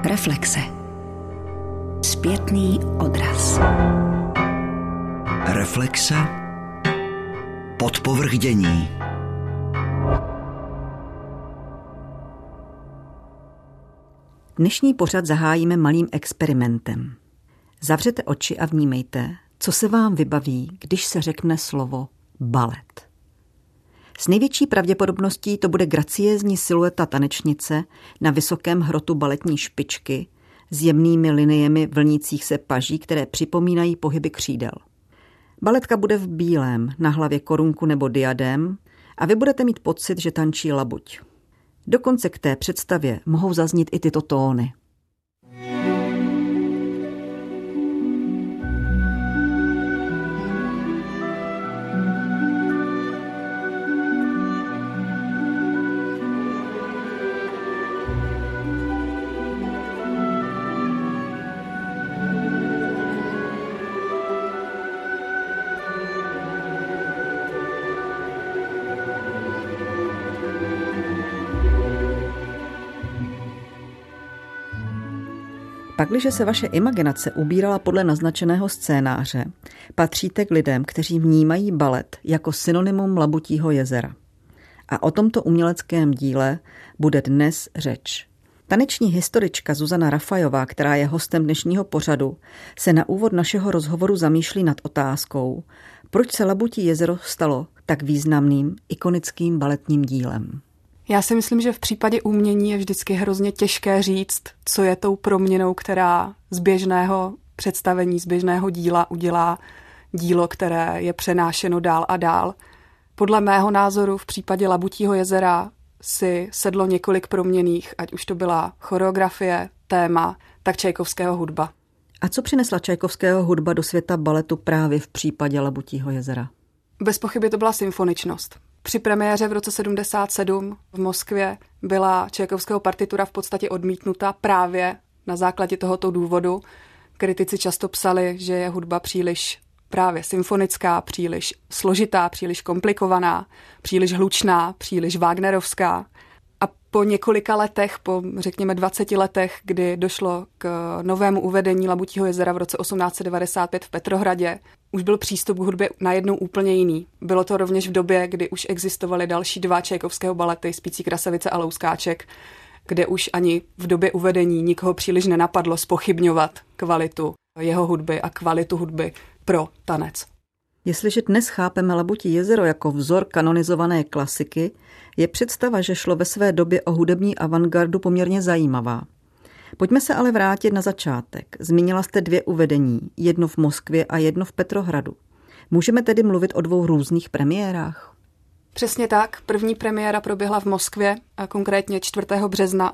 Reflexe. Zpětný odraz. Reflexe. Podpovrchdění. Dnešní pořad zahájíme malým experimentem. Zavřete oči a vnímejte, co se vám vybaví, když se řekne slovo balet. S největší pravděpodobností to bude graciézní silueta tanečnice na vysokém hrotu baletní špičky s jemnými liniemi vlnících se paží, které připomínají pohyby křídel. Baletka bude v bílém, na hlavě korunku nebo diadém a vy budete mít pocit, že tančí labuť. Dokonce k té představě mohou zaznít i tyto tóny. Pakliže se vaše imaginace ubírala podle naznačeného scénáře, patříte k lidem, kteří vnímají balet jako synonymum Labutího jezera. A o tomto uměleckém díle bude dnes řeč. Taneční historička Zuzana Rafajová, která je hostem dnešního pořadu, se na úvod našeho rozhovoru zamýšlí nad otázkou, proč se Labutí jezero stalo tak významným, ikonickým baletním dílem. Já si myslím, že v případě umění je vždycky hrozně těžké říct, co je tou proměnou, která z běžného představení, z běžného díla udělá dílo, které je přenášeno dál a dál. Podle mého názoru v případě Labutího jezera si sedlo několik proměnných, ať už to byla choreografie, téma, tak Čajkovského hudba. A co přinesla Čajkovského hudba do světa baletu právě v případě Labutího jezera? Bez pochyby to byla symfoničnost. Při premiéře v roce 77 v Moskvě byla Čajkovského partitura v podstatě odmítnuta právě na základě tohoto důvodu. Kritici často psali, že je hudba příliš právě symfonická, příliš složitá, příliš komplikovaná, příliš hlučná, příliš wagnerovská. A po několika letech, po řekněme 20 letech, kdy došlo k novému uvedení Labutího jezera v roce 1895 v Petrohradě, už byl přístup k hudbě najednou úplně jiný. Bylo to rovněž v době, kdy už existovaly další dva Čajkovského balety, Spící krasavice a Louskáček, kde už ani v době uvedení nikoho příliš nenapadlo zpochybňovat kvalitu jeho hudby a kvalitu hudby pro tanec. Jestliže dnes chápeme Labutí jezero jako vzor kanonizované klasiky, je představa, že šlo ve své době o hudební avantgardu poměrně zajímavá. Pojďme se ale vrátit na začátek. Zmínila jste 2 uvedení, jedno v Moskvě a jedno v Petrohradu. Můžeme tedy mluvit o 2 různých premiérách? Přesně tak. První premiéra proběhla v Moskvě, a konkrétně 4. března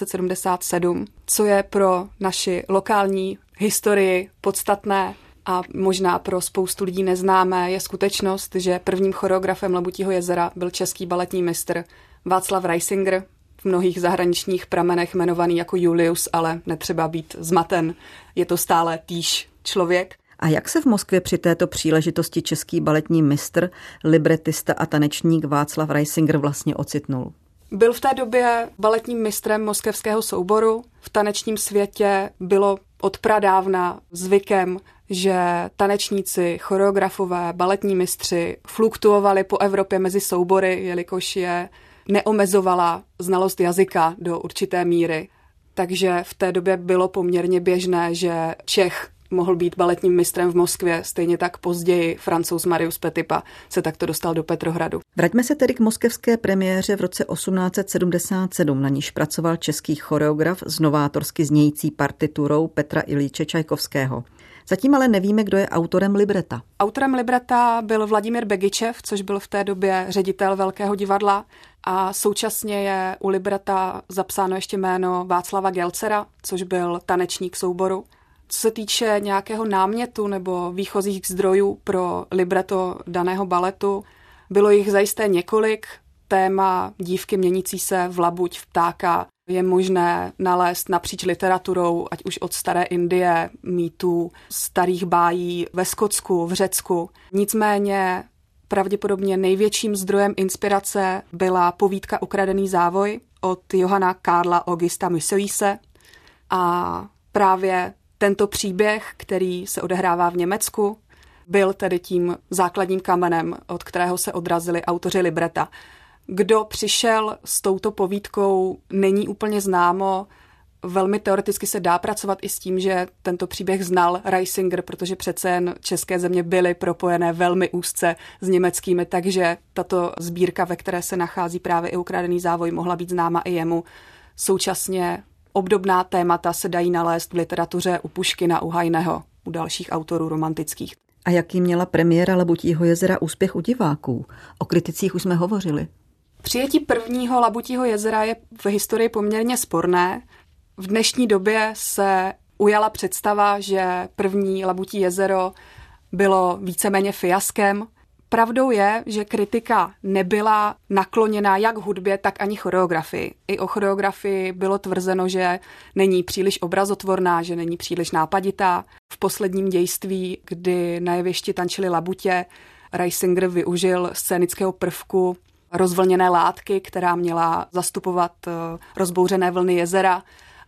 1877, co je pro naši lokální historii podstatné a možná pro spoustu lidí neznámé, je skutečnost, že prvním choreografem Labutího jezera byl český baletní mistr Václav Reisinger, v mnohých zahraničních pramenech jmenovaný jako Julius, ale netřeba být zmaten, je to stále týž člověk. A jak se v Moskvě při této příležitosti český baletní mistr, libretista a tanečník Václav Reisinger vlastně ocitnul? Byl v té době baletním mistrem moskevského souboru. V tanečním světě bylo od pradávna zvykem, že tanečníci, choreografové, baletní mistři fluktuovali po Evropě mezi soubory, jelikož je neomezovala znalost jazyka do určité míry. Takže v té době bylo poměrně běžné, že Čech mohl být baletním mistrem v Moskvě, stejně tak později Francouz Marius Petipa se takto dostal do Petrohradu. Vraťme se tedy k moskevské premiéře v roce 1877, na níž pracoval český choreograf s novátorsky znějící partiturou Petra Iljiče Čajkovského. Zatím ale nevíme, kdo je autorem libreta. Autorem libreta byl Vladimír Begičev, což byl v té době ředitel Velkého divadla, a současně je u libreta zapsáno ještě jméno Václava Gelcera, což byl tanečník souboru. Co se týče nějakého námětu nebo výchozích zdrojů pro libreto daného baletu, bylo jich zajisté několik. Téma dívky měnící se v labuť, v ptáka je možné nalézt napříč literaturou, ať už od staré Indie, mýtů, starých bájí ve Skotsku, v Řecku. Nicméně pravděpodobně největším zdrojem inspirace byla povídka Ukradený závoj od Johana Karla Augusta Musaise, A právě tento příběh, který se odehrává v Německu, byl tedy tím základním kamenem, od kterého se odrazili autoři libreta. Kdo přišel s touto povídkou, není úplně známo. Velmi teoreticky se dá pracovat i s tím, že tento příběh znal Reisinger, protože přece jen české země byly propojené velmi úzce s německými, takže tato sbírka, ve které se nachází právě i Ukradený závoj, mohla být známa i jemu. Současně obdobná témata se dají nalézt v literatuře u Puškina, u Hajného, u dalších autorů romantických. A jaký měla premiéra Labutího jezera úspěch u diváků? O kriticích už jsme hovořili. Přijetí prvního Labutího jezera je v historii poměrně sporné. V dnešní době se ujala představa, že první Labutí jezero bylo víceméně fiaskem. Pravdou je, že kritika nebyla nakloněná jak hudbě, tak ani choreografii. I o choreografii bylo tvrzeno, že není příliš obrazotvorná, že není příliš nápaditá. V posledním dějství, kdy na jevišti tančili labutě, Reisinger využil scénického prvku rozvlněné látky, která měla zastupovat rozbouřené vlny jezera,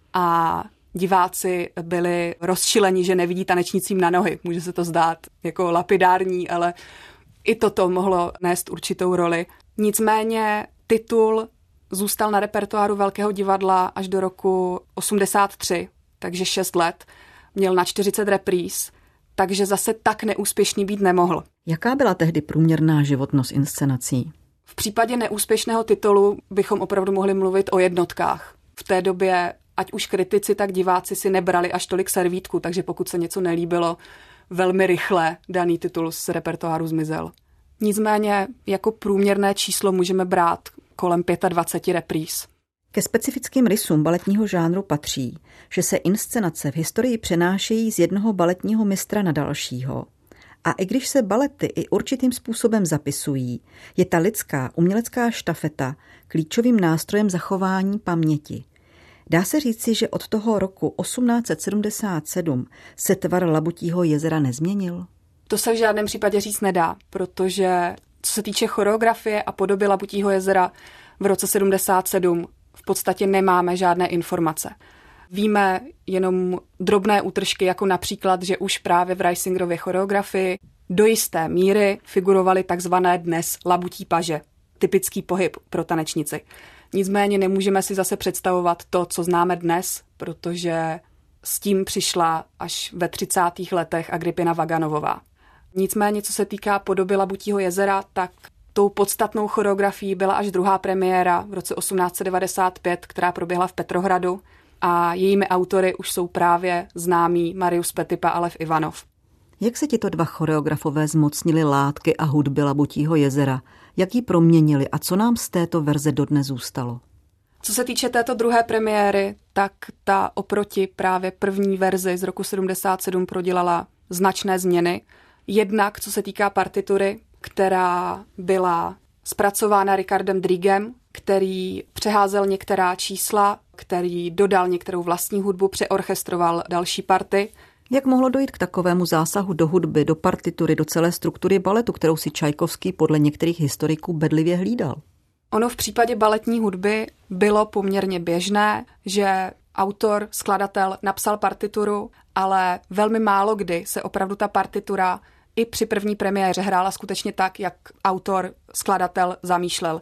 a diváci byli rozčileni, že nevidí tanečnicím na nohy. Může se to zdát jako lapidární, ale i toto mohlo nést určitou roli. Nicméně titul zůstal na repertoáru Velkého divadla až do roku 83, takže 6 let. Měl na 40 repríz, takže zase tak neúspěšný být nemohl. Jaká byla tehdy průměrná životnost inscenací? V případě neúspěšného titulu bychom opravdu mohli mluvit o jednotkách. V té době ať už kritici, tak diváci si nebrali až tolik servítku, takže pokud se něco nelíbilo, velmi rychle daný titul z repertoáru zmizel. Nicméně jako průměrné číslo můžeme brát kolem 25 repríz. Ke specifickým rysům baletního žánru patří, že se inscenace v historii přenášejí z jednoho baletního mistra na dalšího. A i když se balety i určitým způsobem zapisují, je ta lidská umělecká štafeta klíčovým nástrojem zachování paměti. Dá se říci, že od toho roku 1877 se tvar Labutího jezera nezměnil? To se v žádném případě říct nedá, protože co se týče choreografie a podoby Labutího jezera v roce 77 v podstatě nemáme žádné informace. Víme jenom drobné útržky, jako například, že už právě v Reisingerově choreografii do jisté míry figurovaly takzvané dnes labutí paže, typický pohyb pro tanečnici. Nicméně nemůžeme si zase představovat to, co známe dnes, protože s tím přišla až ve 30. letech Agrippina Vaganovová. Nicméně, co se týká podoby Labutího jezera, tak tou podstatnou choreografií byla až druhá premiéra v roce 1895, která proběhla v Petrohradu, a jejími autory už jsou právě známí Marius Petipa a Lev Ivanov. Jak se tito dva choreografové zmocnili látky a hudby Labutího jezera? Jak ji proměnili a co nám z této verze dodnes zůstalo? Co se týče této druhé premiéry, tak ta oproti právě první verzi z roku 77 prodělala značné změny. Jednak co se týká partitury, která byla zpracována Richardem Driegem, který přeházel některá čísla, který dodal některou vlastní hudbu, přeorchestroval další party. Jak mohlo dojít k takovému zásahu do hudby, do partitury, do celé struktury baletu, kterou si Čajkovský podle některých historiků bedlivě hlídal? Ono v případě baletní hudby bylo poměrně běžné, že autor, skladatel napsal partituru, ale velmi málo kdy se opravdu ta partitura i při první premiéře hrála skutečně tak, jak autor, skladatel zamýšlel.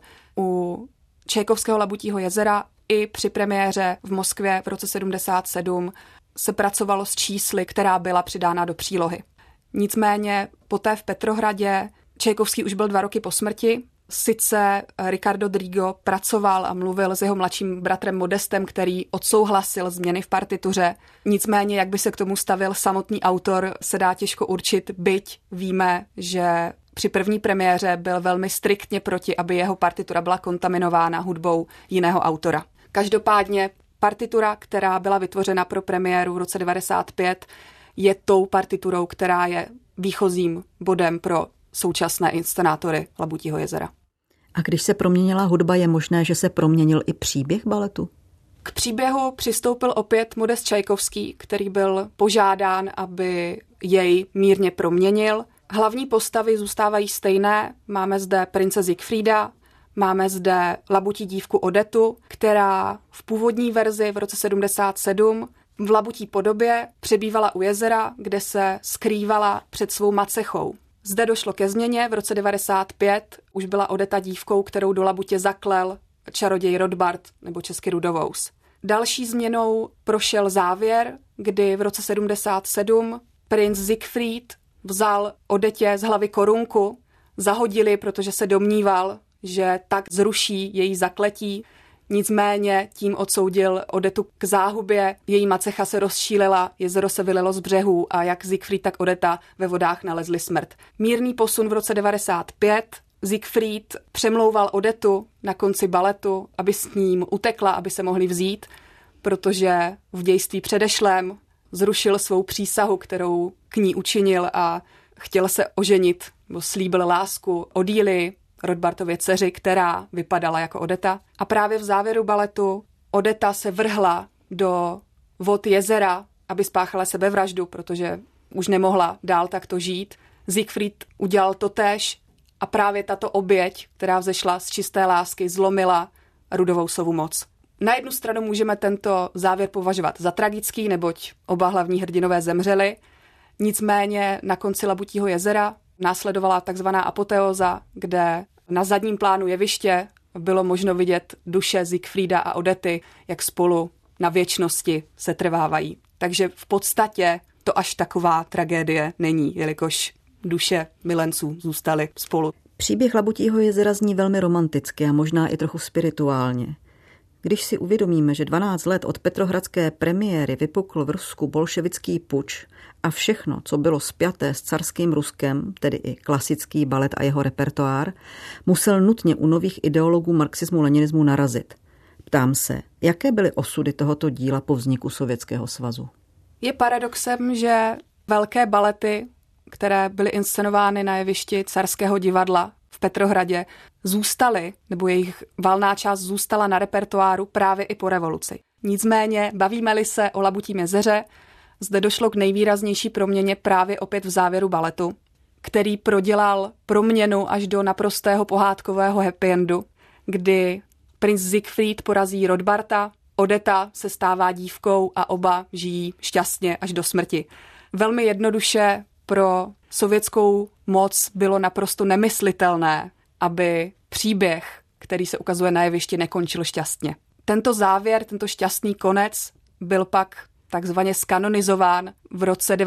U Čajkovského Labutího jezera i při premiéře v Moskvě v roce 77 se pracovalo s čísly, která byla přidána do přílohy. Nicméně poté v Petrohradě Čajkovský už byl 2 roky po smrti. Sice Ricardo Drigo pracoval a mluvil s jeho mladším bratrem Modestem, který odsouhlasil změny v partituře. Nicméně, jak by se k tomu stavil samotný autor, se dá těžko určit, byť víme, že při první premiéře byl velmi striktně proti, aby jeho partitura byla kontaminována hudbou jiného autora. Každopádně partitura, která byla vytvořena pro premiéru v roce 95, je tou partiturou, která je výchozím bodem pro současné inscenátory Labutího jezera. A když se proměnila hudba, je možné, že se proměnil i příběh baletu? K příběhu přistoupil opět Modest Čajkovský, který byl požádán, aby jej mírně proměnil. Hlavní postavy zůstávají stejné. Máme zde prince Siegfrieda, máme zde labutí dívku Odetu, která v původní verzi v roce 77 v labutí podobě přebývala u jezera, kde se skrývala před svou macechou. Zde došlo ke změně, v roce 95 už byla Odeta dívkou, kterou do labutě zaklel čaroděj Rodbart, nebo česky Rudovous. Další změnou prošel závěr, kdy v roce 77 princ Siegfried vzal Odetě z hlavy korunku, zahodili, protože se domníval, že tak zruší její zakletí. Nicméně tím odsoudil Odetu k záhubě, její macecha se rozšílila, jezero se vylilo z břehů a jak Siegfried, tak Odeta ve vodách nalezli smrt. Mírný posun v roce 95. Siegfried přemlouval Odetu na konci baletu, aby s ním utekla, aby se mohli vzít, protože v dějství předešlém zrušil svou přísahu, kterou k ní učinil a chtěl se oženit, nebo slíbil lásku Odíly, Rodbartově dceři, která vypadala jako Odeta. A právě v závěru baletu Odeta se vrhla do vod jezera, aby spáchala sebevraždu, protože už nemohla dál takto žít. Siegfried udělal totéž a právě tato oběť, která vzešla z čisté lásky, zlomila Rudovousovu moc. Na jednu stranu můžeme tento závěr považovat za tragický, neboť oba hlavní hrdinové zemřeli. Nicméně na konci Labutího jezera následovala takzvaná apoteóza, kde na zadním plánu jeviště bylo možno vidět duše Siegfrieda a Odety, jak spolu na věčnosti se trvávají. Takže v podstatě to až taková tragédie není, jelikož duše milenců zůstaly spolu. Příběh Labutího jezera zní velmi romanticky a možná i trochu spirituálně. Když si uvědomíme, že 12 let od petrohradské premiéry vypukl v Rusku bolševický puč a všechno, co bylo spjaté s carským Ruskem, tedy i klasický balet a jeho repertoár, musel nutně u nových ideologů marxismu-leninismu narazit. Ptám se, jaké byly osudy tohoto díla po vzniku Sovětského svazu? Je paradoxem, že velké balety, které byly inscenovány na jevišti Carského divadla v Petrohradě, zůstaly, nebo jejich valná část zůstala na repertoáru právě i po revoluci. Nicméně, bavíme-li se o Labutím jezeře, zde došlo k nejvýraznější proměně právě opět v závěru baletu, který prodělal proměnu až do naprostého pohádkového happy endu, kdy princ Siegfried porazí Rodbarta, Odeta se stává dívkou a oba žijí šťastně až do smrti. Velmi jednoduše pro sovětskou moc bylo naprosto nemyslitelné, aby příběh, který se ukazuje na jevišti, nekončil šťastně. Tento závěr, tento šťastný konec byl pak takzvaně skanonizován v roce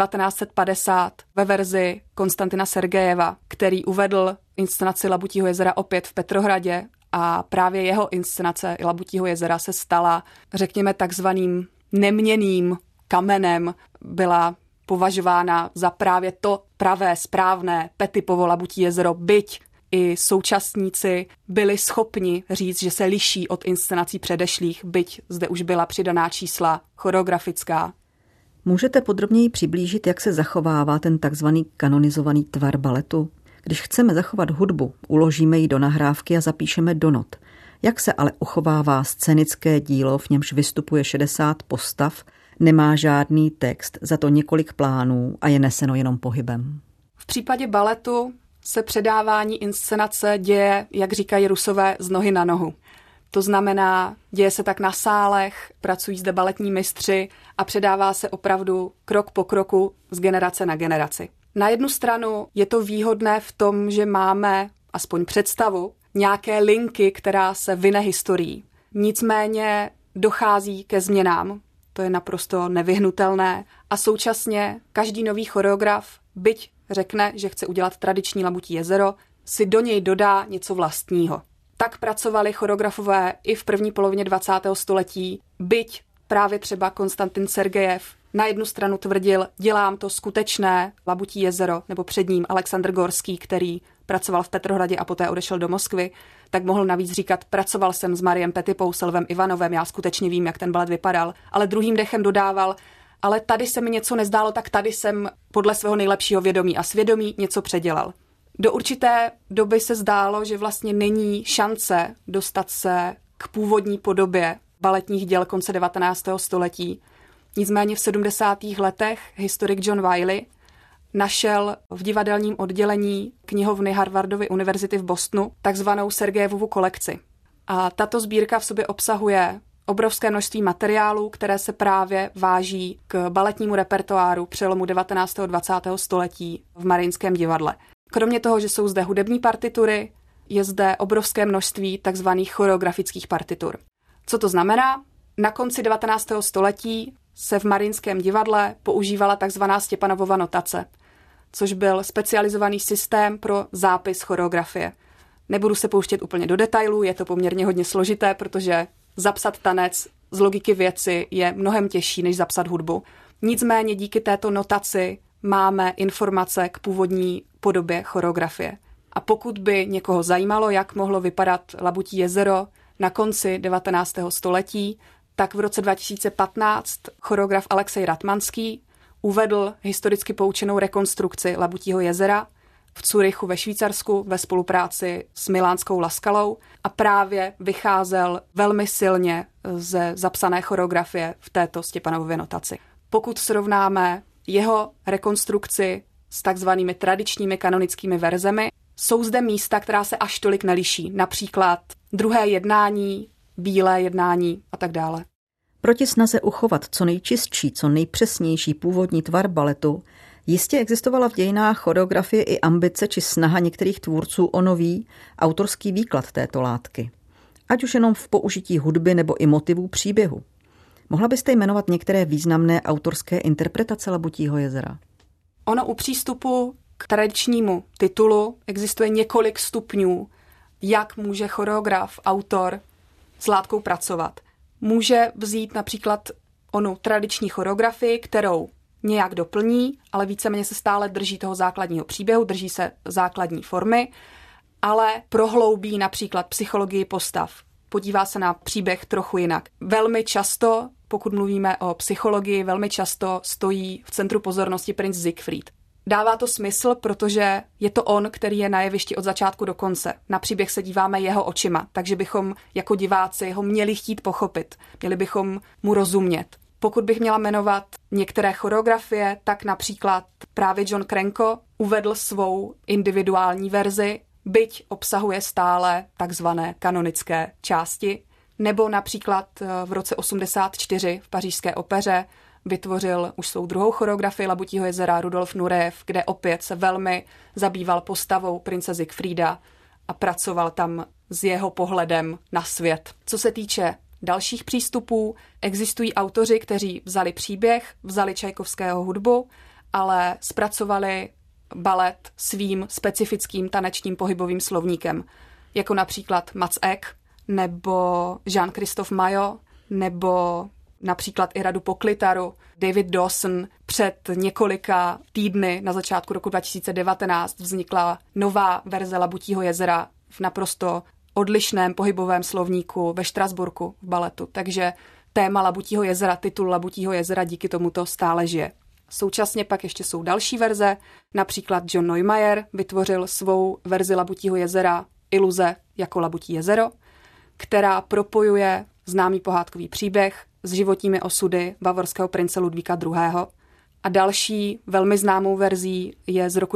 1950 ve verzi Konstantina Sergejeva, který uvedl inscenaci Labutího jezera opět v Petrohradě a právě jeho inscenace Labutího jezera se stala, řekněme, takzvaným neměnným kamenem, byla považována za právě to pravé, správné Petipovo Labutí jezero, byť i současníci byli schopni říct, že se liší od inscenací předešlých, byť zde už byla přidaná čísla choreografická. Můžete podrobněji přiblížit, jak se zachovává ten takzvaný kanonizovaný tvar baletu? Když chceme zachovat hudbu, uložíme ji do nahrávky a zapíšeme do not. Jak se ale uchovává scénické dílo, v němž vystupuje 60 postav, nemá žádný text, za to několik plánů a je neseno jenom pohybem? V případě baletu se předávání inscenace děje, jak říkají Rusové, z nohy na nohu. To znamená, děje se tak na sálech, pracují zde baletní mistři a předává se opravdu krok po kroku z generace na generaci. Na jednu stranu je to výhodné v tom, že máme aspoň představu nějaké linky, která se vyne historií. Nicméně dochází ke změnám, to je naprosto nevyhnutelné a současně každý nový choreograf, byť řekne, že chce udělat tradiční Labutí jezero, si do něj dodá něco vlastního. Tak pracovali choreografové i v první polovině 20. století, byť právě třeba Konstantin Sergejev na jednu stranu tvrdil, dělám to skutečné Labutí jezero, nebo před ním Alexandr Gorský, který pracoval v Petrohradě a poté odešel do Moskvy, tak mohl navíc říkat, pracoval jsem s Mariem Petipou, s Lvem Ivanovem, já skutečně vím, jak ten balet vypadal, ale druhým dechem dodával, ale tady se mi něco nezdálo, tak tady jsem podle svého nejlepšího vědomí a svědomí něco předělal. Do určité doby se zdálo, že vlastně není šance dostat se k původní podobě baletních děl konce 19. století. Nicméně v 70. letech historik John Wiley našel v divadelním oddělení knihovny Harvardovy univerzity v Bostonu takzvanou Sergejevovu kolekci. A tato sbírka v sobě obsahuje obrovské množství materiálů, které se právě váží k baletnímu repertoáru přelomu 19. a 20. století v Mariinském divadle. Kromě toho, že jsou zde hudební partitury, je zde obrovské množství takzvaných choreografických partitur. Co to znamená? Na konci 19. století se v Mariinském divadle používala takzvaná Stěpanovova notace, což byl specializovaný systém pro zápis choreografie. Nebudu se pouštět úplně do detailů, je to poměrně hodně složité, protože zapsat tanec z logiky věci je mnohem těžší, než zapsat hudbu. Nicméně díky této notaci máme informace k původní podobě choreografie. A pokud by někoho zajímalo, jak mohlo vypadat Labutí jezero na konci 19. století, tak v roce 2015 choreograf Alexej Ratmanský uvedl historicky poučenou rekonstrukci Labutího jezera v Curychu ve Švýcarsku ve spolupráci s milánskou La Scalou a právě vycházel velmi silně ze zapsané choreografie v této Stěpanovově notaci. Pokud srovnáme jeho rekonstrukci s takzvanými tradičními kanonickými verzemi, jsou zde místa, která se až tolik neliší, například druhé jednání, bílé jednání a tak dále. Proti snaze uchovat co nejčistší, co nejpřesnější původní tvar baletu jistě existovala v dějinách choreografie i ambice či snaha některých tvůrců o nový autorský výklad této látky. Ať už jenom v použití hudby nebo i motivů příběhu. Mohla byste jmenovat některé významné autorské interpretace Labutího jezera? Ono u přístupu k tradičnímu titulu existuje několik stupňů, jak může choreograf, autor s látkou pracovat. Může vzít například onu tradiční choreografii, kterou nějak doplní, ale víceméně se stále drží toho základního příběhu, drží se základní formy, ale prohloubí například psychologii postav. Podívá se na příběh trochu jinak. Velmi často, pokud mluvíme o psychologii, velmi často stojí v centru pozornosti princ Siegfried. Dává to smysl, protože je to on, který je na jevišti od začátku do konce. Na příběh se díváme jeho očima, takže bychom jako diváci ho měli chtít pochopit. Měli bychom mu rozumět. Pokud bych měla jmenovat některé choreografie, tak například právě John Cranko uvedl svou individuální verzi, byť obsahuje stále takzvané kanonické části, nebo například v roce 1984 v Pařížské opeře vytvořil už svou druhou choreografii Labutího jezera Rudolf Nurejev, kde opět se velmi zabýval postavou prince Siegfrieda a pracoval tam s jeho pohledem na svět. Co se týče dalších přístupů, existují autoři, kteří vzali příběh, vzali Čajkovského hudbu, ale zpracovali balet svým specifickým tanečním pohybovým slovníkem, jako například Mats Ek, nebo Jean-Christophe Maillot, nebo například i Radu Poklitaru, David Dawson. Před několika týdny na začátku roku 2019 vznikla nová verze Labutího jezera v naprosto odlišném pohybovém slovníku ve Štrasburku v baletu. Takže téma Labutího jezera, titul Labutího jezera díky tomuto stále žije. Současně pak ještě jsou další verze, například John Neumeier vytvořil svou verzi Labutího jezera Iluze jako Labutí jezero, která propojuje známý pohádkový příběh s životními osudy bavorského prince Ludvíka II. A další velmi známou verzí je z roku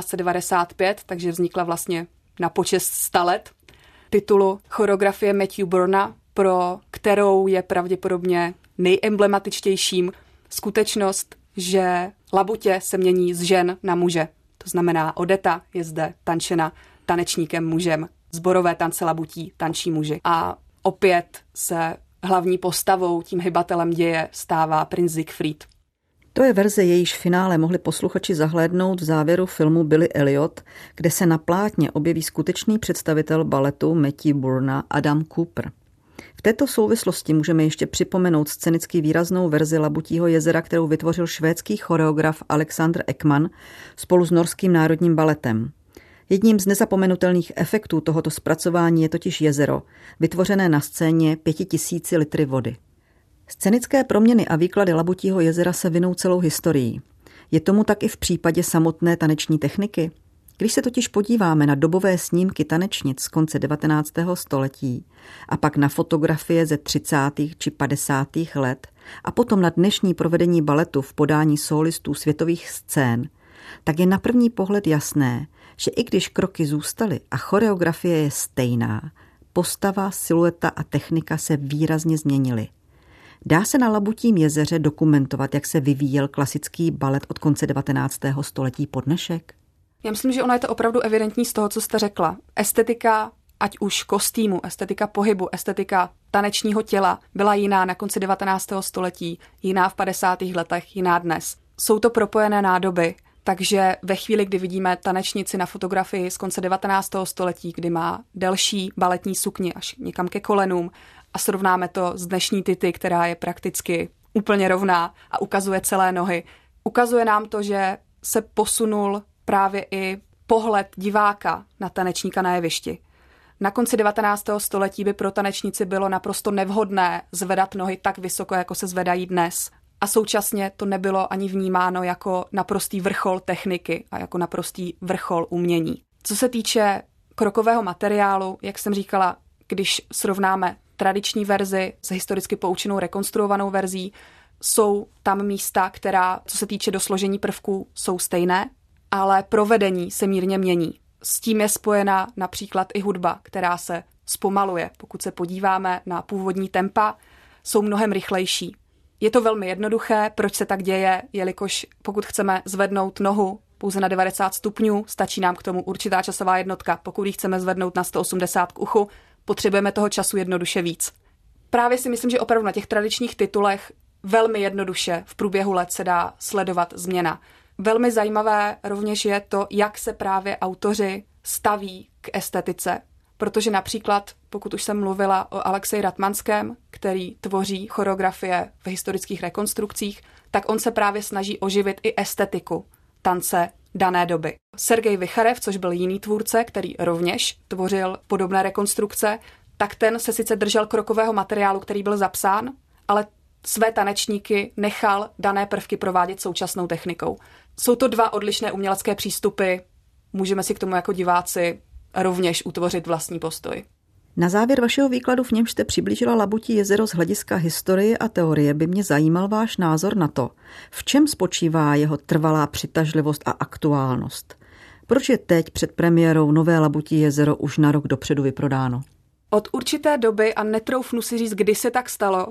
1995, takže vznikla vlastně na počest 100 let, titulu choreografie Matthew Bourna, pro kterou je pravděpodobně nejemblematičtějším skutečnost, že labutě se mění z žen na muže. To znamená, Odeta je zde tančena tanečníkem mužem. Sborové tance labutí tančí muži. A opět se hlavní postavou, tím hybatelem děje, stává princ Siegfried. To je verze, jejíž finále mohli posluchači zahlédnout v závěru filmu Billy Elliot, kde se na plátně objeví skutečný představitel baletu Matthew Bourna Adam Cooper. V této souvislosti můžeme ještě připomenout scénicky výraznou verzi Labutího jezera, kterou vytvořil švédský choreograf Alexander Ekman spolu s Norským národním baletem. Jedním z nezapomenutelných efektů tohoto zpracování je totiž jezero, vytvořené na scéně 5000 litry vody. Scénické proměny a výklady Labutího jezera se vinou celou historií. Je tomu tak i v případě samotné taneční techniky? Když se totiž podíváme na dobové snímky tanečnic z konce 19. století a pak na fotografie ze 30. či 50. let a potom na dnešní provedení baletu v podání solistů světových scén, tak je na první pohled jasné, že i když kroky zůstaly a choreografie je stejná, postava, silueta a technika se výrazně změnily. Dá se na Labutím jezeře dokumentovat, jak se vyvíjel klasický balet od konce 19. století po dnešek? Já myslím, že ono je to opravdu evidentní z toho, co jste řekla. Estetika, ať už kostýmu, estetika pohybu, estetika tanečního těla byla jiná na konci 19. století, jiná v 50. letech, jiná dnes. Jsou to propojené nádoby, takže ve chvíli, kdy vidíme tanečnici na fotografii z konce 19. století, kdy má delší baletní sukni až někam ke kolenům a srovnáme to s dnešní Tity, která je prakticky úplně rovná a ukazuje celé nohy, ukazuje nám to, že se posunul právě i pohled diváka na tanečníka na jevišti. Na konci 19. století by pro tanečnici bylo naprosto nevhodné zvedat nohy tak vysoko, jako se zvedají dnes. A současně to nebylo ani vnímáno jako naprostý vrchol techniky a jako naprostý vrchol umění. Co se týče krokového materiálu, jak jsem říkala, když srovnáme tradiční verzi s historicky poučenou rekonstruovanou verzí, jsou tam místa, která, co se týče dosložení prvků, jsou stejné, ale provedení se mírně mění. S tím je spojena například i hudba, která se zpomaluje. Pokud se podíváme na původní tempa, jsou mnohem rychlejší. Je to velmi jednoduché, proč se tak děje, jelikož pokud chceme zvednout nohu pouze na 90 stupňů, stačí nám k tomu určitá časová jednotka. Pokud ji chceme zvednout na 180 k uchu, potřebujeme toho času jednoduše víc. Právě si myslím, že opravdu na těch tradičních titulech velmi jednoduše v průběhu let se dá sledovat změna. Velmi zajímavé rovněž je to, jak se právě autoři staví k estetice. Protože například, pokud už jsem mluvila o Alexeji Ratmanském, který tvoří choreografie v historických rekonstrukcích, tak on se právě snaží oživit i estetiku tance dané doby. Sergej Vicharev, což byl jiný tvůrce, který rovněž tvořil podobné rekonstrukce, tak ten se sice držel krokového materiálu, který byl zapsán, ale své tanečníky nechal dané prvky provádět současnou technikou. Jsou to dva odlišné umělecké přístupy, můžeme si k tomu jako diváci rovněž utvořit vlastní postoj. Na závěr vašeho výkladu, v němž jste přiblížila Labutí jezero z hlediska historie a teorie, by mě zajímal váš názor na to, v čem spočívá jeho trvalá přitažlivost a aktuálnost. Proč je teď před premiérou nové Labutí jezero už na rok dopředu vyprodáno? Od určité doby, a netroufnu si říct, kdy se tak stalo,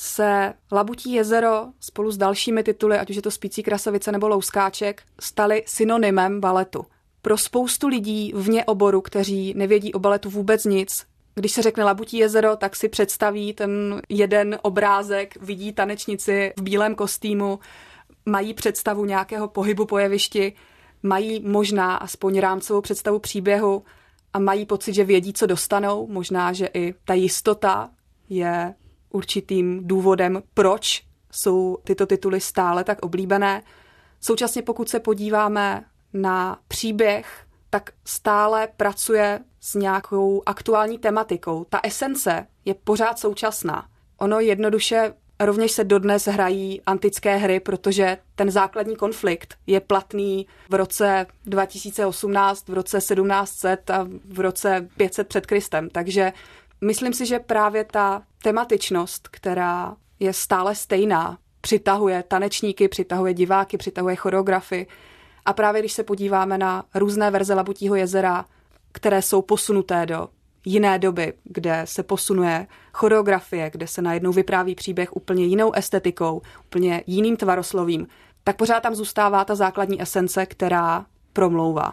se Labutí jezero spolu s dalšími tituly, ať už je to Spící krasavice nebo Louskáček, staly synonymem baletu. Pro spoustu lidí vně oboru, kteří nevědí o baletu vůbec nic, když se řekne Labutí jezero, tak si představí ten jeden obrázek, vidí tanečnici v bílém kostýmu, mají představu nějakého pohybu po jevišti, mají možná aspoň rámcovou představu příběhu a mají pocit, že vědí, co dostanou. Možná, že i ta jistota je určitým důvodem, proč jsou tyto tituly stále tak oblíbené. Současně pokud se podíváme na příběh, tak stále pracuje s nějakou aktuální tematikou. Ta esence je pořád současná. Ono jednoduše rovněž se dodnes hrají antické hry, protože ten základní konflikt je platný v roce 2018, v roce 1700 a v roce 500 před Kristem. Takže myslím si, že právě ta tematičnost, která je stále stejná, přitahuje tanečníky, přitahuje diváky, přitahuje choreografy. A právě když se podíváme na různé verze Labutího jezera, které jsou posunuté do jiné doby, kde se posunuje choreografie, kde se najednou vypráví příběh úplně jinou estetikou, úplně jiným tvaroslovím, tak pořád tam zůstává ta základní esence, která promlouvá.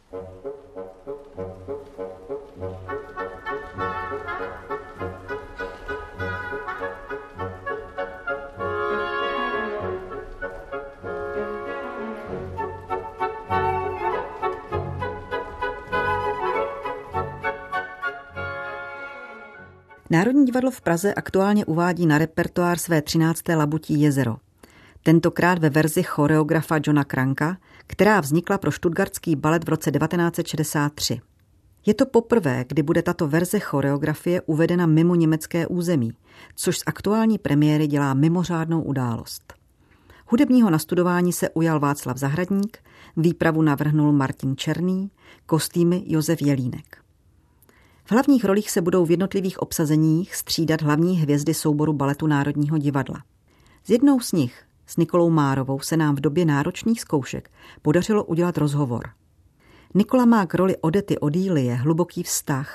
Národní divadlo v Praze aktuálně uvádí na repertoár své 13. Labutí jezero. Tentokrát ve verzi choreografa Johna Cranka, která vznikla pro Stuttgartský balet v roce 1963. Je to poprvé, kdy bude tato verze choreografie uvedena mimo německé území, což z aktuální premiéry dělá mimořádnou událost. Hudebního nastudování se ujal Václav Zahradník, výpravu navrhnul Martin Černý, kostýmy Josef Jelínek. V hlavních rolích se budou v jednotlivých obsazeních střídat hlavní hvězdy souboru baletu Národního divadla. S jednou z nich, s Nikolou Márovou, se nám v době náročných zkoušek podařilo udělat rozhovor. Nikola má k roli Odety Odílie hluboký vztah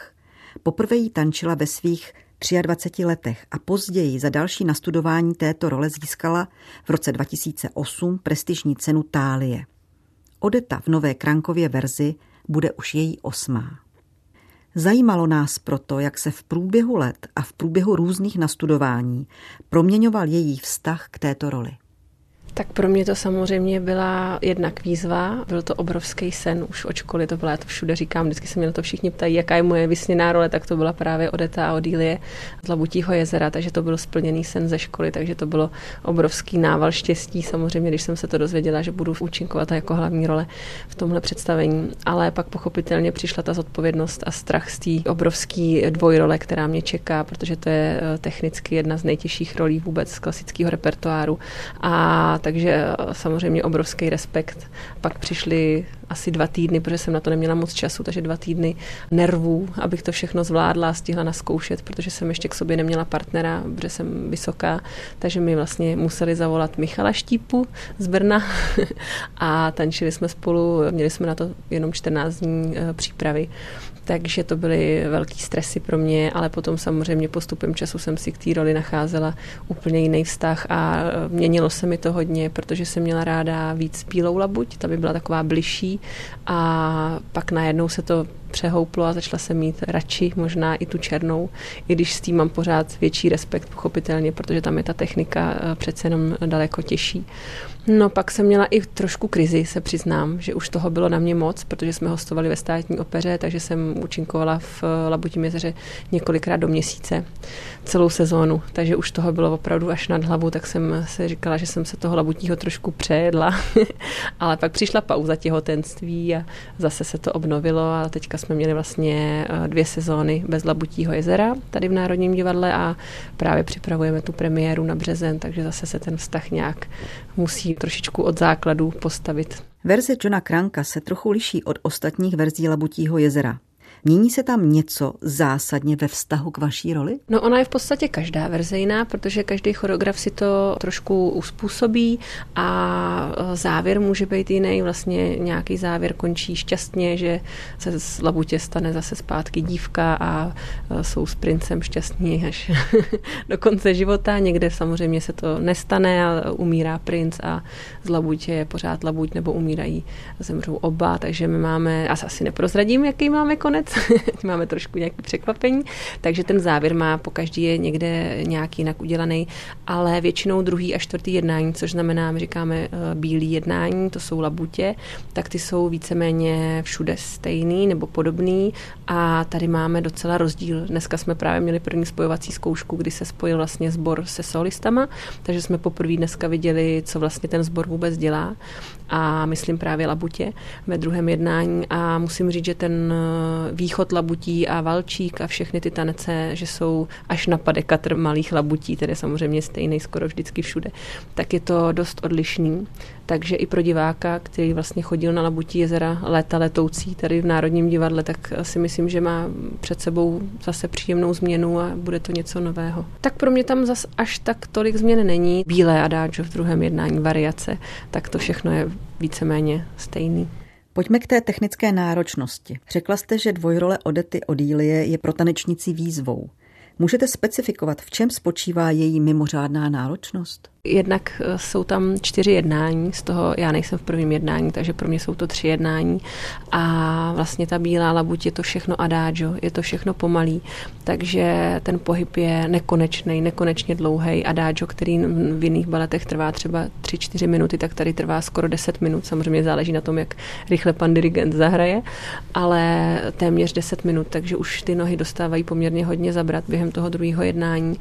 Poprvé ji tančila ve svých 23 letech a později za další nastudování této role získala v roce 2008 prestižní cenu Thálie. Odeta v nové Krankově verzi bude už její 8. Zajímalo nás proto, jak se v průběhu let a v průběhu různých nastudování proměňoval její vztah k této roli. Tak pro mě to samozřejmě byla jednak výzva, byl to obrovský sen, už od školy to byla, já to všude říkám, vždycky se mě na to všichni ptají, jaká je moje vysněná role, tak to byla právě Odeta a Odílie z Labutího jezera, takže to byl splněný sen ze školy, takže to bylo obrovský nával štěstí, samozřejmě, když jsem se to dozvěděla, že budu účinkovat jako hlavní role v tomhle představení, ale pak pochopitelně přišla ta zodpovědnost a strach z té obrovský dvojrole, která mě čeká, protože to je technicky jedna z nejtěžších rolí vůbec z klasického repertoáru a takže samozřejmě obrovský respekt. Pak přišly asi 2 týdny, protože jsem na to neměla moc času, takže 2 týdny nervů, abych to všechno zvládla a stihla naskoušet, protože jsem ještě k sobě neměla partnera, protože jsem vysoká, takže mi vlastně museli zavolat Michala Štípu z Brna a tančili jsme spolu, měli jsme na to jenom 14 dní přípravy. Takže to byly velký stresy pro mě, ale potom samozřejmě postupem času jsem si k té roli nacházela úplně jiný vztah a měnilo se mi to hodně, protože jsem měla ráda víc bílou labuť, ta by byla taková bližší a pak najednou se to přehouplo a začala jsem mít radši možná i tu černou, i když s tím mám pořád větší respekt, pochopitelně, protože tam je ta technika přece jenom daleko těžší. No pak jsem měla i trošku krizi, se přiznám, že už toho bylo na mě moc, protože jsme hostovali ve Státní opeře, takže jsem účinkovala v Labutím jezeře několikrát do měsíce, celou sezónu, takže už toho bylo opravdu až nad hlavu, tak jsem se říkala, že jsem se toho Labutího trošku přejedla, ale pak přišla pauza těhotenství a zase se to obnovilo a teďka jsme měli vlastně 2 sezóny bez Labutího jezera tady v Národním divadle a právě připravujeme tu premiéru na březen, takže zase se ten vztah nějak musí trošičku od základů postavit. Verze Johna Kranka se trochu liší od ostatních verzí Labutího jezera. Mění se tam něco zásadně ve vztahu k vaší roli? No ona je v podstatě každá verze jiná, protože každý choreograf si to trošku uspůsobí a závěr může být jiný. Vlastně nějaký závěr končí šťastně, že se z Labutě stane zase zpátky dívka a jsou s princem šťastní až do konce života. Někde samozřejmě se to nestane a umírá princ a z Labutě je pořád Labuť nebo umírají, zemřou oba, takže my máme, asi neprozradím, jaký máme konec, máme trošku nějaké překvapení, takže ten závěr má pokaždý je někde nějak jinak udělaný, ale většinou 2. a 4. jednání, což znamená, my říkáme bílý jednání, to jsou Labutě, tak ty jsou víceméně všude stejný nebo podobný a tady máme docela rozdíl. Dneska jsme právě měli první spojovací zkoušku, kdy se spojil vlastně sbor se solistama, takže jsme poprvé dneska viděli, co vlastně ten sbor vůbec dělá a myslím právě Labutě ve 2. jednání a musím říct, že ten východ Labutí a Valčík a všechny ty tanece, že jsou až na padekatr malých Labutí, tedy samozřejmě stejný skoro vždycky všude, tak je to dost odlišný. Takže i pro diváka, který vlastně chodil na Labutí jezera léta letoucí tady v Národním divadle, tak si myslím, že má před sebou zase příjemnou změnu a bude to něco nového. Tak pro mě tam zas až tak tolik změn není. Bílé adagio v 2. jednání, variace, tak to všechno je víceméně stejný. Pojďme k té technické náročnosti. Řekla jste, že dvojrole Odety Odílie je pro tanečnici výzvou. Můžete specifikovat, v čem spočívá její mimořádná náročnost? Jednak jsou tam 4 jednání, z toho já nejsem v 1. jednání, takže pro mě jsou to 3 jednání a vlastně ta bílá labuť je to všechno adagio, je to všechno pomalý, takže ten pohyb je nekonečný, nekonečně dlouhý. Adagio, který v jiných baletech trvá třeba 3-4 minuty, tak tady trvá skoro 10 minut, samozřejmě záleží na tom, jak rychle pan dirigent zahraje, ale téměř 10 minut, takže už ty nohy dostávají poměrně hodně zabrat během toho 2. jednání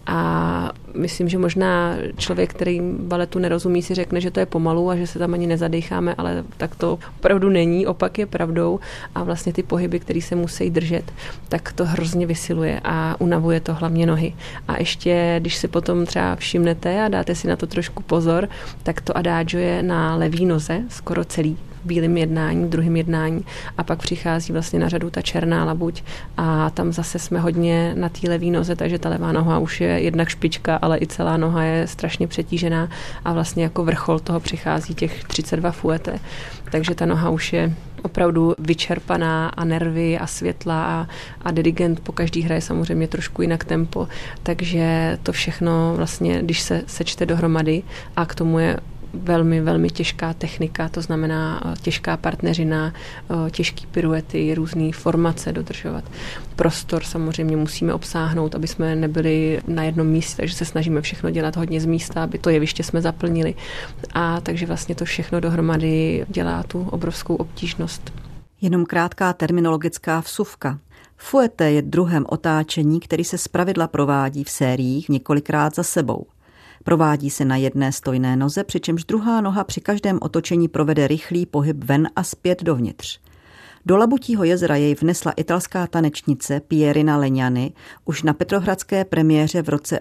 a myslím, že možná člověk, který baletu nerozumí, si řekne, že to je pomalu a že se tam ani nezadecháme, ale tak to opravdu není, opak je pravdou a vlastně ty pohyby, které se musí držet, tak to hrozně vysiluje a unavuje to hlavně nohy. A ještě, když si potom třeba všimnete a dáte si na to trošku pozor, tak to adagio je na levý noze skoro celý. V bílém jednání, v 2. jednání a pak přichází vlastně na řadu ta černá labuť a tam zase jsme hodně na té levé noze, takže ta levá noha už je jednak špička, ale i celá noha je strašně přetížená a vlastně jako vrchol toho přichází těch 32 fouettés. Takže ta noha už je opravdu vyčerpaná a nervy a světla a dirigent po každý hraje samozřejmě trošku jinak tempo, takže to všechno vlastně, když se sečte dohromady a k tomu je velmi, velmi těžká technika, to znamená těžká partneřina, těžký piruety, různý formace dodržovat. Prostor samozřejmě musíme obsáhnout, aby jsme nebyli na jednom místě, takže se snažíme všechno dělat hodně z místa, aby to jeviště jsme zaplnili. A takže vlastně to všechno dohromady dělá tu obrovskou obtížnost. Jenom krátká terminologická vsuvka. Fouetté je druhem otáčení, který se zpravidla provádí v sériích několikrát za sebou. Provádí se na jedné stojné noze, přičemž druhá noha při každém otočení provede rychlý pohyb ven a zpět dovnitř. Do Labutího jezera jej vnesla italská tanečnice Pierina Legnani už na petrohradské premiéře v roce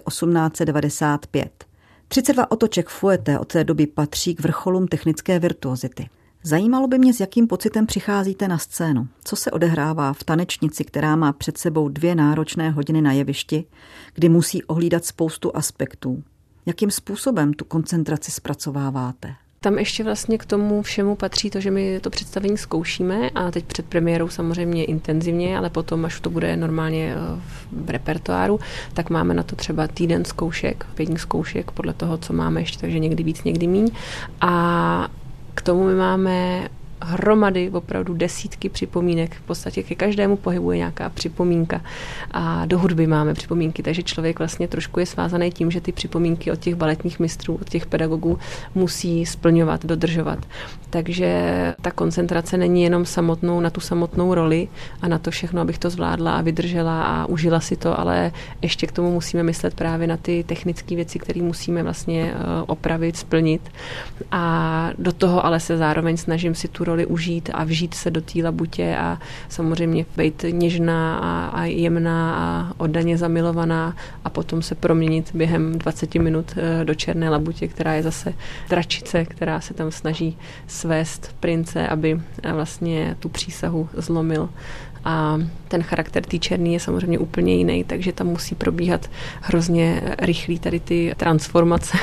1895. 32 otoček Fouetté od té doby patří k vrcholům technické virtuozity. Zajímalo by mě, s jakým pocitem přicházíte na scénu. Co se odehrává v tanečnici, která má před sebou 2 náročné hodiny na jevišti, kdy musí ohlídat spoustu aspektů. Jakým způsobem tu koncentraci zpracováváte? Tam ještě vlastně k tomu všemu patří to, že my to představení zkoušíme a teď před premiérou samozřejmě intenzivně, ale potom, až to bude normálně v repertoáru, tak máme na to třeba týden zkoušek, 5 dní zkoušek podle toho, co máme ještě, takže někdy víc, někdy míň. A k tomu my máme hromady, opravdu desítky připomínek. V podstatě ke každému pohybu je nějaká připomínka a do hudby máme připomínky, takže člověk vlastně trošku je svázaný tím, že ty připomínky od těch baletních mistrů, od těch pedagogů musí splňovat, dodržovat. Takže ta koncentrace není jenom samotnou na tu samotnou roli a na to všechno, abych to zvládla a vydržela a užila si to, ale ještě k tomu musíme myslet právě na ty technické věci, které musíme vlastně opravit, splnit. A do toho ale se zároveň snažím si tu roli užít a vžít se do té labutě a samozřejmě být něžná a jemná a oddaně zamilovaná a potom se proměnit během 20 minut do černé labutě, která je zase dračice, která se tam snaží svést prince, aby vlastně tu přísahu zlomil. A ten charakter té černý je samozřejmě úplně jiný, takže tam musí probíhat hrozně rychlý tady ty transformace.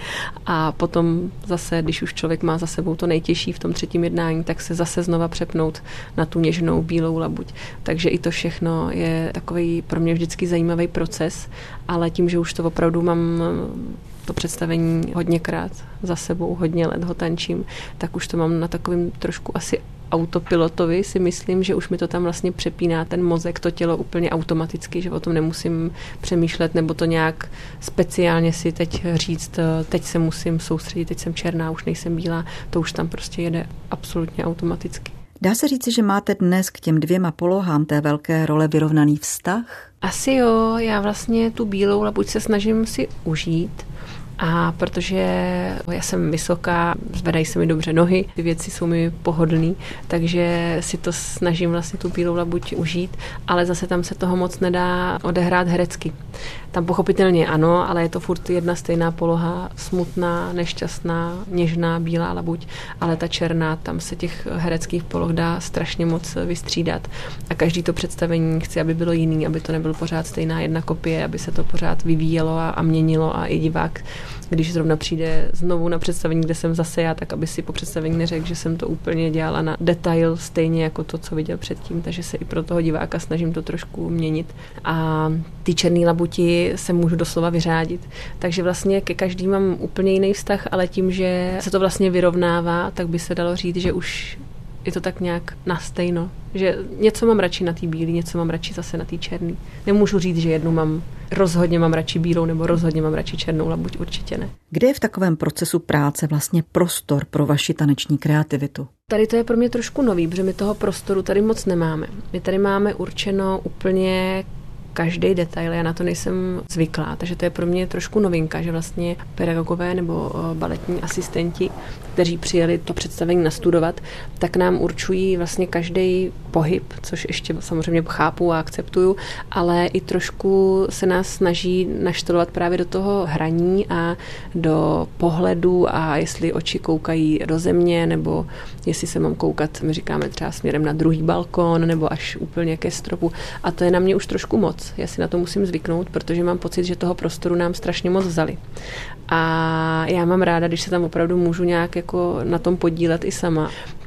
A potom zase, když už člověk má za sebou to nejtěžší v tom 3. jednání, tak se zase znova přepnout na tu něžnou bílou labuť. Takže i to všechno je takový pro mě vždycky zajímavý proces, ale tím, že už to opravdu mám to představení hodněkrát za sebou, hodně let ho tančím, tak už to mám na takovým trošku asi autopilotovi, si myslím, že už mi to tam vlastně přepíná ten mozek, to tělo úplně automaticky, že o tom nemusím přemýšlet nebo to nějak speciálně si teď říct, teď se musím soustředit, teď jsem černá, už nejsem bílá, to už tam prostě jede absolutně automaticky. Dá se říci, že máte dnes k těm 2 polohám té velké role vyrovnaný vztah? Asi jo, já vlastně tu bílou labuť se snažím si užít. A protože já jsem vysoká, zvedají se mi dobře nohy, ty věci jsou mi pohodlný, takže si to snažím vlastně tu bílou labuť užít, ale zase tam se toho moc nedá odehrát herecky. Tam pochopitelně ano, ale je to furt jedna stejná poloha, smutná, nešťastná, něžná, bílá labuť, ale ta černá, tam se těch hereckých poloh dá strašně moc vystřídat. A každý to představení chci, aby bylo jiný, aby to nebyl pořád stejná jedna kopie, aby se to pořád vyvíjelo a měnilo a i divák, když zrovna přijde znovu na představení, kde jsem zase já, tak aby si po představení neřekl, že jsem to úplně dělala na detail stejně jako to, co viděl předtím, takže se i pro toho diváka snažím to trošku měnit. A ty černý labuti se můžu doslova vyřádit. Takže vlastně ke každý mám úplně jiný vztah, ale tím, že se to vlastně vyrovnává, tak by se dalo říct, že už je to tak nějak nastejno. Že něco mám radši na té bílé, něco mám radši zase na té černý. Nemůžu říct, že jednu rozhodně mám radši bílou nebo rozhodně mám radši černou labuť, určitě ne. Kde je v takovém procesu práce vlastně prostor pro vaši taneční kreativitu? Tady to je pro mě trošku nový, protože my toho prostoru tady moc nemáme. My tady máme určeno úplně každý detail, já na to nejsem zvyklá, takže to je pro mě trošku novinka, že vlastně pedagogové nebo baletní asistenti, kteří přijeli to představení nastudovat, tak nám určují vlastně každý pohyb, což ještě samozřejmě chápu a akceptuju, ale i trošku se nás snaží naštudovat právě do toho hraní a do pohledu a jestli oči koukají do země, nebo jestli se mám koukat, my říkáme třeba směrem na druhý balkon, nebo až úplně ke stropu. A to je na mě už trošku moc. Já si na to musím zvyknout, protože mám pocit, že toho prostoru nám strašně moc vzali. A já mám ráda, když se tam opravdu můžu nějak jako na tom podílet i sama.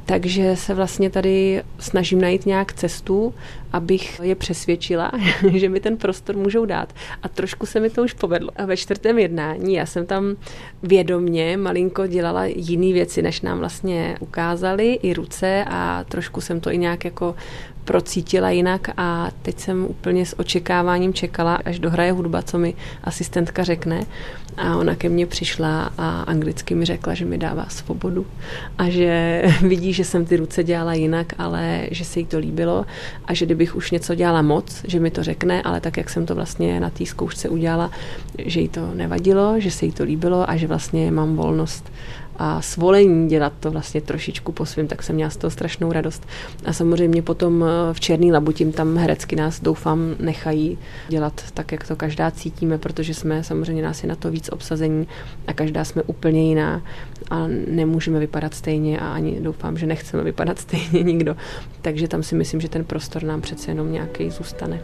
Takže se vlastně tady snažím najít nějak cestu, abych je přesvědčila, že mi ten prostor můžou dát. A trošku se mi to už povedlo. A ve 4. jednání já jsem tam vědomně malinko dělala jiné věci, než nám vlastně ukázali, i ruce, a trošku jsem to i nějak jako procítila jinak a teď jsem úplně s očekáváním čekala, až dohraje hudba, co mi asistentka řekne. A ona ke mně přišla a anglicky mi řekla, že mi dává svobodu a že vidí, že jsem ty ruce dělala jinak, ale že se jí to líbilo a že kdybych už něco dělala moc, že mi to řekne, ale tak, jak jsem to vlastně na té zkoušce udělala, že jí to nevadilo, že se jí to líbilo a že vlastně mám volnost a svolení dělat to vlastně trošičku po svým, tak jsem měla z toho strašnou radost. A samozřejmě potom v Černý labuti tam herecky nás, doufám, nechají dělat tak, jak to každá cítíme, protože jsme samozřejmě nás je na to víc obsazení a každá jsme úplně jiná a nemůžeme vypadat stejně a ani doufám, že nechceme vypadat stejně nikdo. Takže tam si myslím, že ten prostor nám přece jenom nějaký zůstane.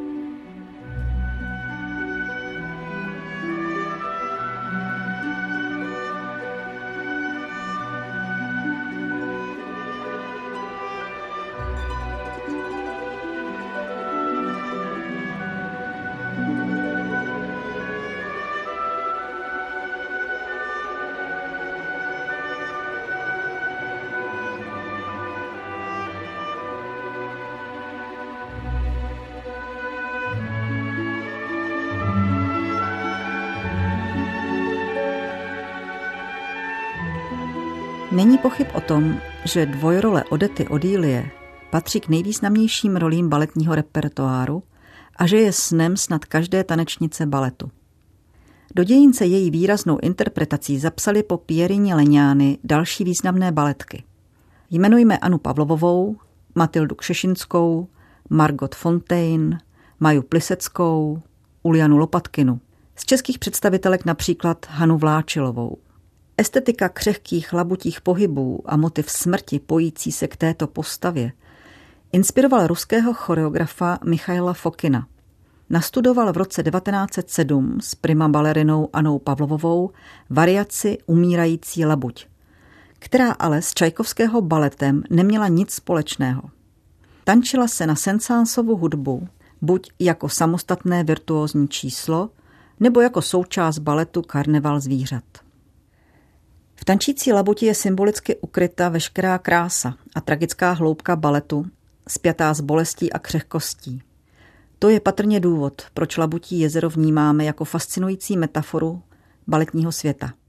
Není pochyb o tom, že dvojrole Odety Odílie patří k nejvýznamnějším rolím baletního repertoáru a že je snem snad každé tanečnice baletu. Do dějin se její výraznou interpretací zapsaly po Pierině Leňány další významné baletky. Jmenujme Annu Pavlovovou, Matildu Kšešinskou, Margot Fontaine, Maju Pliseckou, Uljanu Lopatkinu. Z českých představitelek například Hanu Vláčilovou. Estetika křehkých labutích pohybů a motiv smrti pojící se k této postavě inspiroval ruského choreografa Michaila Fokina. Nastudoval v roce 1907 s prima balerinou Annou Pavlovovou variaci Umírající labuť, která ale s Čajkovského baletem neměla nic společného. Tančila se na Saint-Saënsovu hudbu buď jako samostatné virtuózní číslo, nebo jako součást baletu Karneval zvířat. V Tančící labuti je symbolicky ukryta veškerá krása a tragická hloubka baletu, spjatá s bolestí a křehkostí. To je patrně důvod, proč Labutí jezero vnímáme jako fascinující metaforu baletního světa.